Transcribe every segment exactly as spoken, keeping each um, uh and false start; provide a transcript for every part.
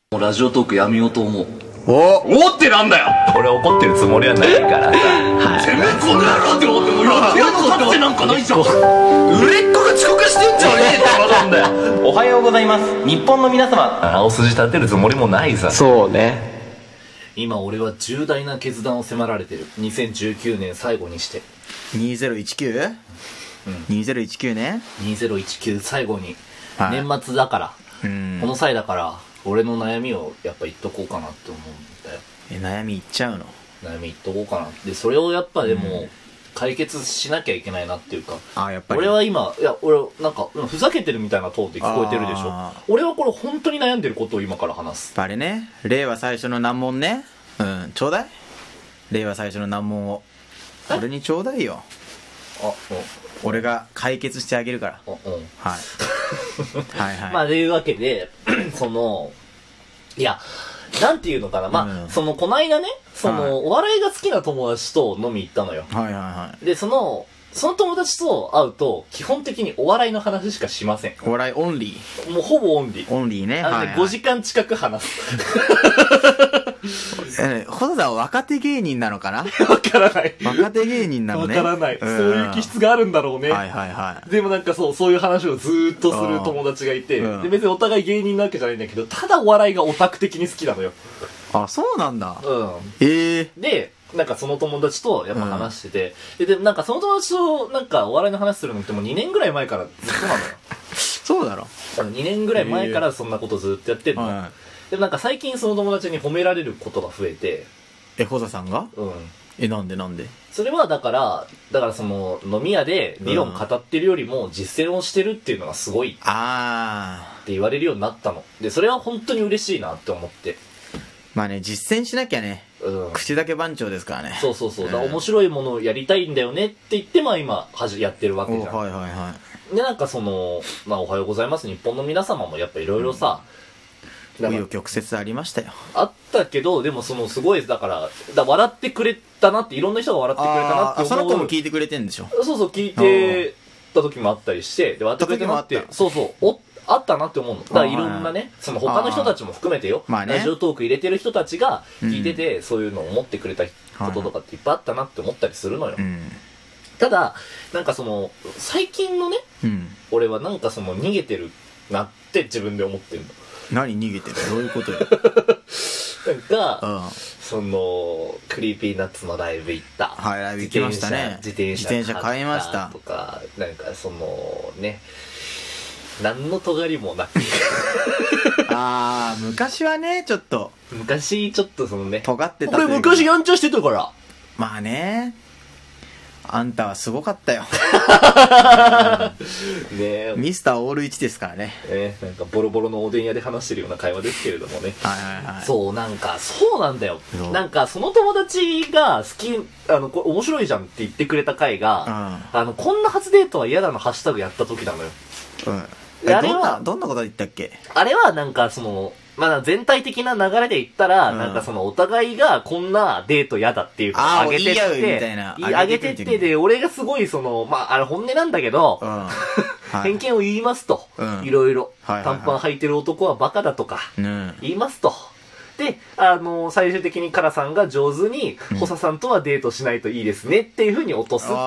もうラジオトークやめようと思う。 おおってなんだよ。 俺怒ってるつもりはないからさ。 てめえこの野郎って思ってもやってやるのってなんかないじゃん。売れっ子が遅刻してんじゃねえって話なんだよ。 おはようございます。日本の皆様。青筋立てるつもりもないさ。 そうね。 今俺は重大な決断を迫られてる。にせんじゅうきゅうねん最後にしてにせんじゅうきゅう？ うん、にせんじゅうきゅうね。 にせんじゅうきゅう最後に、 はい、 年末だから、 うん、 この際だから俺の悩みをやっぱ言っとこうかなって思うんだよ。 え、悩み言っちゃうの？ 悩み言っとこうかな。でそれをやっぱでも、うん、解決しなきゃいけないなっていうか。 あ、やっぱり俺は今、いや俺なんかふざけてるみたいなトーンで聞こえてるでしょ。俺はこれ本当に悩んでることを今から話す。 あれね、令和最初の難問ね。うん、ちょうだい。令和最初の難問を俺にちょうだいよ。 あ、うん、 俺が解決してあげるから。 うん、 はいはいはい。 まあというわけでそのいやなんていうのかな、まあ、うん、そのこの間ね、その、はい、お笑いが好きな友達と飲み行ったのよ。 はいはいはい。 でそのその友達と会うと基本的にお笑いの話しかしません。 お笑いオンリー。もうほぼオンリー。 オンリーね。 あのね、はいはい、ごじかん近く話す。 え、細田は若手芸人なのかな？ わからない。 若手芸人なのね。 わからない。そういう気質があるんだろうね。 はいはいはい。 でもなんかそう、そういう話をずーっとする友達がいて、うん、で別にお互い芸人なわけじゃないんだけど、ただお笑いがオタク的に好きなのよ。 あ、そうなんだ。 うん。 ええー。 で、なんかその友達とやっぱ話してて、うん、で、で、なんかその友達となんかお笑いの話するのってもうにねんぐらい前からずっとなのよ。 そうだろ。 にねんぐらい前からそんなことずっとやってんの。はい、でもなんか最近その友達に褒められることが増えて。 え、細田さんが？ うん。 え、なんでなんで？ それはだから、だからその飲み屋で理論語ってるよりも実践をしてるっていうのがすごい。 あって言われるようになったの。で、それは本当に嬉しいなって思って。 まあね、実践しなきゃね。うん。口だけ番長ですからね。 そうそうそう。だから面白いものをやりたいんだよねって言って、まあ今、はじ、やってるわけじゃん。 はいはいはい。 で、なんかその、まあおはようございます。日本の皆様もやっぱいろいろさ、 紆余曲折ありましたよ。 あったけど、でもそのすごい、だから、だ笑ってくれたなって、いろんな人が笑ってくれたなって思う。 あ、その子も聞いてくれてんでしょ。 そうそう、聞いてた時もあったりして、で、笑ってくれたなって、そうそう、お、あったなって思うの。だからいろんなね、その他の人たちも含めてよ、まあね、ラジオトーク入れてる人たちが聞いてて、うん、そういうのを思ってくれたこととかっていっぱいあったなって思ったりするのよ。うん、ただ、なんかその、最近のね、うん、俺はなんかその逃げてるなって自分で思ってるの。 何逃げてる？どういうことよ。 なんか、うん、そのクリーピーナッツのライブ行った。 はい、ライブ行きましたね。 自転車、 自転車買いましたとか、なんかそのね、何の尖りもなく。 あー、昔はね、ちょっと。 昔ちょっとそのね。 尖ってた。 俺昔やんちゃしてたから。 まあね。あんたはすごかったよ。 うん、ねえ。 ミスターオールいちですからね。 ね、なんかボロボロのおでん屋で話してるような会話ですけれどもね。 はいはいはい。 そう、なんか、そうなんだよ。なんか、その友達が好き、あの、これ面白いじゃんって言ってくれた回が、うん、あの、こんな初デートは嫌だのハッシュタグやった時なのよ。 うん。え、あれは、どんなこと言ったっけ？ あれはなんか、その、まあ、全体的な流れで言ったら、うん、なんかそのお互いがこんなデート嫌だっていうのをあげてって、あげてってで、俺がすごいその、まあ、あれ本音なんだけど、うんはい、偏見を言いますと、うん、いろいろ、はいはいはい、短パン履いてる男はバカだとか、うん、言いますと。で、あの、最終的にカラさんが上手に、ホサさんとはデートしないといいですねっていう風に落とすっていう、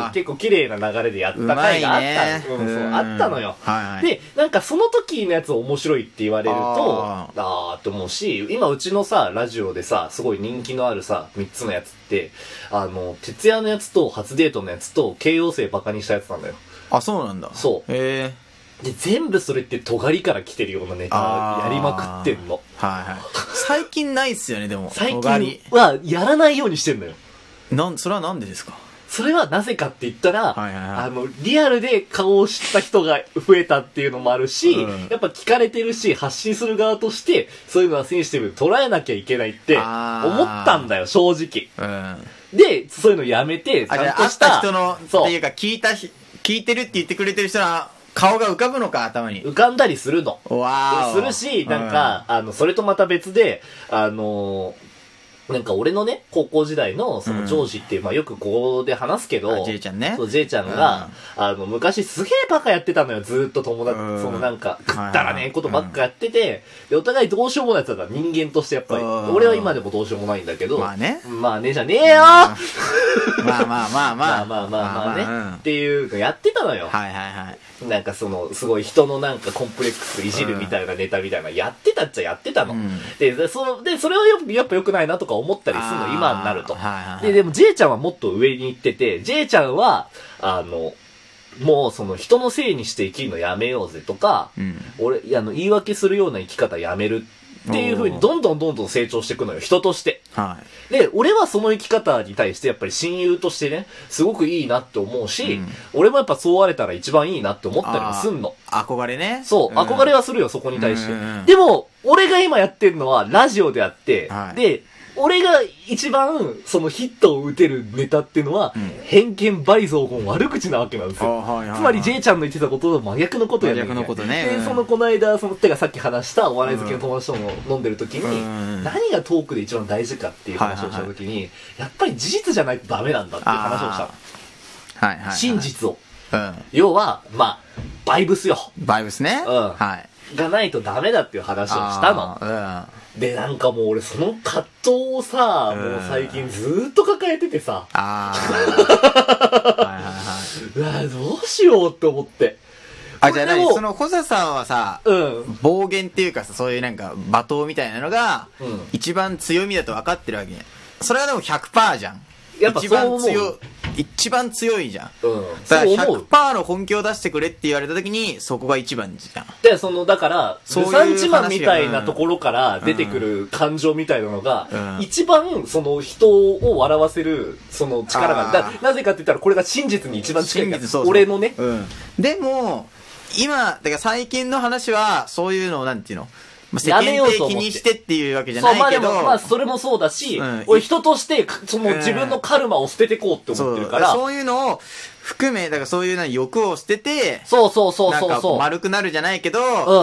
結構綺麗な流れでやった回があった、うん、そう、あったのよ。はいはい、で、なんかその時のやつ面白いって言われると、あーって思うし、今うちのさ、ラジオでさ、すごい人気のあるさ、みっつのやつって、あの、徹夜のやつと初デートのやつと、慶応生バカにしたやつなんだよ。 あ、そうなんだ。 そう。 へー。 で、全部それって尖りから来てるようなネタやりまくってんの。 はいはい。最近ないっすよね、でも。 最近はやらないようにしてんのよ。 なん、それはなんでですか？ それはなぜかって言ったら、 はいはいはい、 あの、リアルで顔を知った人が増えたっていうのもあるし、うん、やっぱ聞かれてるし、発信する側として、そういうのはセンシティブに捉えなきゃいけないって思ったんだよ、正直。うん、で、そういうのやめて、ちゃんとした。 会った人の、っていうか聞いた、聞いてるって言ってくれてる人は、顔が浮かぶのか、頭に。 浮かんだりするの。 わー。 するし、なんか、うん、あの、それとまた別で、あのー、 なんか俺のね、高校時代の、その、ジョージっていう、うん、まあよくここで話すけど、 ジェイちゃんね。 そう、ジェイちゃんが、うん、あの、昔すげえバカやってたのよ、ずーっと友達、うん、そのなんか、くったらねえことばっかやってて、うん、で、お互いどうしようもないやつだったら人間としてやっぱり、俺は今でもどうしようもないんだけど、 まあね。 まあねじゃねえよ、うん、 まあまあまあまあ。 まあまあまあまあね、まあまあうん、っていうのやってたのよ。 はいはいはい。 なんかその、すごい人のなんかコンプレックスいじるみたいなネタみたいな、やってたっちゃやってたの。うん、で、そで、それはやっぱ良くないなとか思ったりするの、今になると。はいはいはい、で、でも J ちゃんはもっと上に行ってて、J ちゃんは、あの、もうその人のせいにして生きるのやめようぜとか、うん、俺、あの、言い訳するような生き方やめるっていう風にどんどんどんどん成長していくのよ、人として。はい。で、俺はその生き方に対してやっぱり親友としてね、すごくいいなって思うし、うん、俺もやっぱそうあれたら一番いいなって思ったりもすんの。 憧れね。 そう、うん、憧れはするよ、そこに対して。うん、でも、俺が今やってるのはラジオであって、はい、で、俺が一番そのヒットを打てるネタっていうのは、うん、偏見、倍増言、悪口なわけなんですよ。はいはいはい、つまり J ちゃんの言ってたことと真逆のことやねん。 真逆のことね。 で、そのこの間、その手がさっき話したお笑い好きの友達とも飲んでる時に、うん、何がトークで一番大事かっていう話をした時に、はいはいはい、やっぱり事実じゃないとダメなんだっていう話をしたの。はいはいはい、真実を。うん、要は、まあ、バイブスよ。 バイブスね。うん。はい。 がないとダメだっていう話をしたの。うん。で、なんかもう俺その葛藤をさ、うん、もう最近ずーっと抱えててさ。ああ。はいはいはい。うわどうしようって思って。 あ、じゃあ何その、ホサさんはさ、うん、暴言っていうかさ、そういうなんか、罵倒みたいなのが、うん、一番強みだと分かってるわけね。それはでも ひゃくパーセント じゃん。 やっぱそう思う。 一番強い。一番強いじゃん。うん。だから ひゃくパーセント の本気を出してくれって言われた時に、そこが一番じゃん。 で、その、だから、ルサンチマンみたいなところから出てくる感情みたいなのが、うん、一番、その人を笑わせる、その力が、だなぜかって言ったらこれが真実に一番近いから。そうそう俺のね。 うん。でも、今、だから最近の話は、そういうのを、なんていうの世間で気にしてっていうわけじゃないけど。そう、まあでも、 まあそれもそうだし、うん、俺人として、その自分のカルマを捨ててこうって思ってるから。 そう、そういうのを含め、だからそういうな欲を捨てて、 そうそうそうそう。 なんか丸くなるじゃないけど、うん、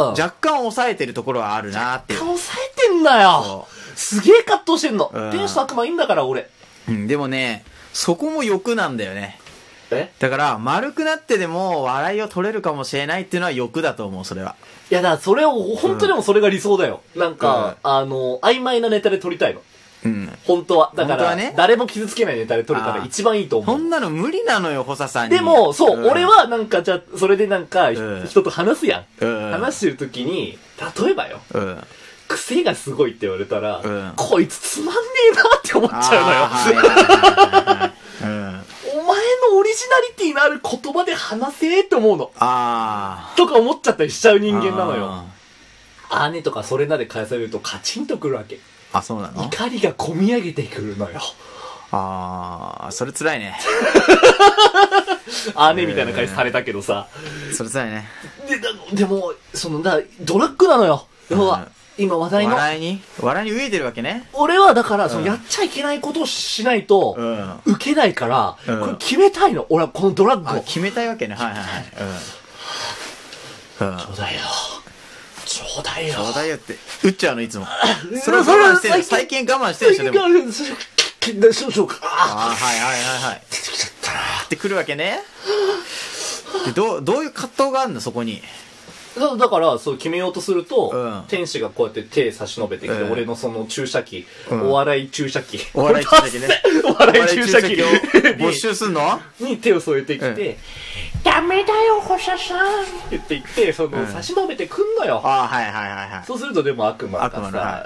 若干抑えてるところはあるなっていう。 若干抑えてんだよ。すげえ葛藤してんの。うん、天使と悪魔いいんだから俺。 うん、でもね、そこも欲なんだよね。だから丸くなってでも笑いを取れるかもしれないっていうのは欲だと思う。それは。 いやだからそれを本当にもそれが理想だよ、うん、なんか、うん、あの曖昧なネタで撮りたいの、うん、本当はだから、ね、誰も傷つけないネタで撮れたら一番いいと思う。 そんなの無理なのよホサさんに。 でもそう、うん、俺はなんかじゃあそれでなんか、うん、人と話すやん、うん、話してる時に例えばよ、うん癖がすごいって言われたら、うん、こいつつまんねえなって思っちゃうのよ。お前のオリジナリティのある言葉で話せーって思うの。あとか思っちゃったりしちゃう人間なのよ。あーねとかそれなで返されるとカチンとくるわけ。 あ、そうなの？ 怒りがこみ上げてくるのよ。 あー、それ辛いね。 あーねみたいな返しされたけどさ。 それ辛いね。 で、でも、その、だドラッグなのよ。要は。今話題の笑いに笑いに飢えてるわけね。 俺はだから、うん、そのやっちゃいけないことをしないと、うん、受けないから、うん、これ決めたいの。俺はこのドラッグを決めたいわけね。はいはいはい、 うん、ちょうだいよちょうだいよちょうだいよって打っちゃうのいつも。それを我慢してる。最近我慢してるでしょ。でも少々かああはいはいはいはい出てきちゃったなってくるわけね。でどうどういう葛藤があるのそこに。 だ, だからそう決めようとすると、うん、天使がこうやって手差し伸べてきて、うん、俺のその注射器、うん、お笑い注射器お笑い注射器ねお笑い注射器を没収すんのに手を添えてきて、うん、ダメだよホサさんって言って言ってその、うん、差し伸べてくんのよ。 ああはいはいはいはい。 そうするとでも悪魔がさ、はい、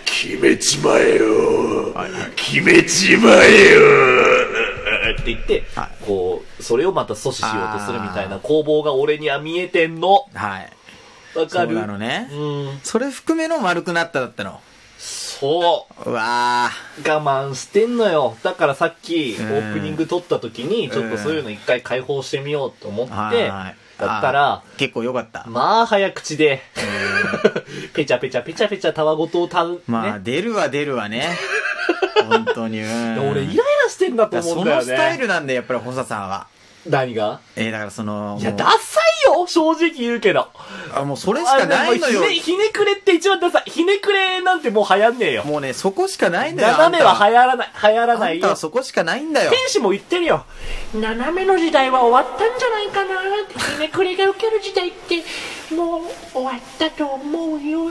決めちまえよ、はいはい、決めちまえよって言って、はい、こうそれをまた阻止しようとするみたいな攻防が俺には見えてんの。はい。わかる。 そうなのね。うん。それ含めの丸くなっただったの。 そう。うわー。我慢してんのよ。だからさっきオープニング撮った時にちょっとそういうの一回解放してみようと思って、だったら結構良かった。 まあ早口でペチャペチャペチャペチャたわごとをたう、ね、 まあ出るわ出るわね。本当に、うん、 俺イライラしてんだと思うんだよね。 そのスタイルなんでやっぱりホサさんは何が？ えー、だからその、 いや、ダサいよ正直言うけど。 あ、もうそれしかないのよ。 ひね、ひねくれって一番ダサい。ひねくれなんてもう流行んねえよ。 もうね、そこしかないんだよ。 斜めは流行らない、流行らないよ。 あんたはそこしかないんだよ。 天使も言ってるよ。斜めの時代は終わったんじゃないかなって、ひねくれが受ける時代って、もう終わったと思うよって。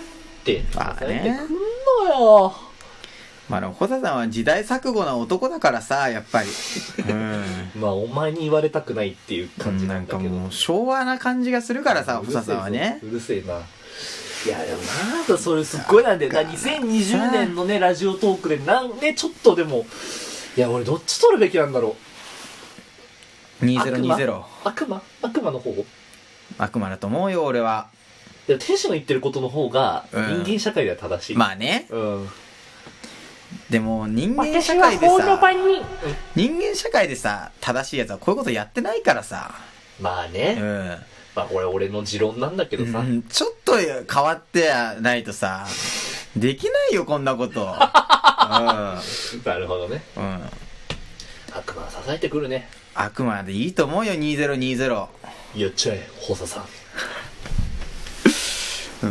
ああね。 くんのよ。 まあでも、ホサさんは時代錯誤な男だからさ、やっぱり。うん。 まあ、お前に言われたくないっていう感じなんだけど。なんかもう、 昭和な感じがするからさ、ホサさんはね。 うるせえな。いや、でもなんかそれすっごいなんだよな。にせんにじゅうねんのね、ラジオトークで、なんね、ちょっとでも、いや、俺どっち取るべきなんだろう。にせんにじゅう。 悪魔悪魔の方？ 悪魔だと思うよ、俺は。 でも、天使の言ってることの方が、人間社会では正しい。 まあね。 うん。 でも人間社会でさ、人間社会でさ、正しいやつはこういうことやってないからさ。 まあね。うん。まあこれ俺の持論なんだけどさ。うん、 ちょっと変わってないとさ、できないよこんなこと。うん。 なるほどね。うん。悪魔は支えてくるね。 悪魔でいいと思うよ、にせんにじゅう。 やっちゃえ、ホサさん。うん。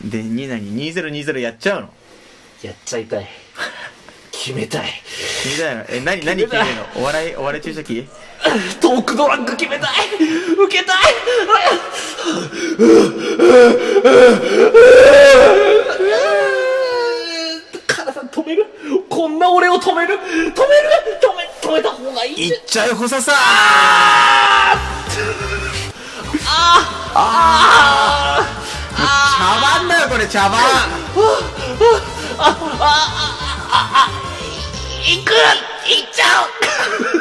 で、に何 ?にせんにじゅう やっちゃうの？ やっちゃいたい。決めたい。 決めたいの？え、何、何決めるの？お笑い、お笑い注射器？ トークドラッグ決めたい。受けたい。カナさん止める？こんな俺を止める？止める？止め、止めた方がいい。 いっちゃうほささー。 あーあー茶番だよこれ、茶番。あああああああ行く、行っちゃう。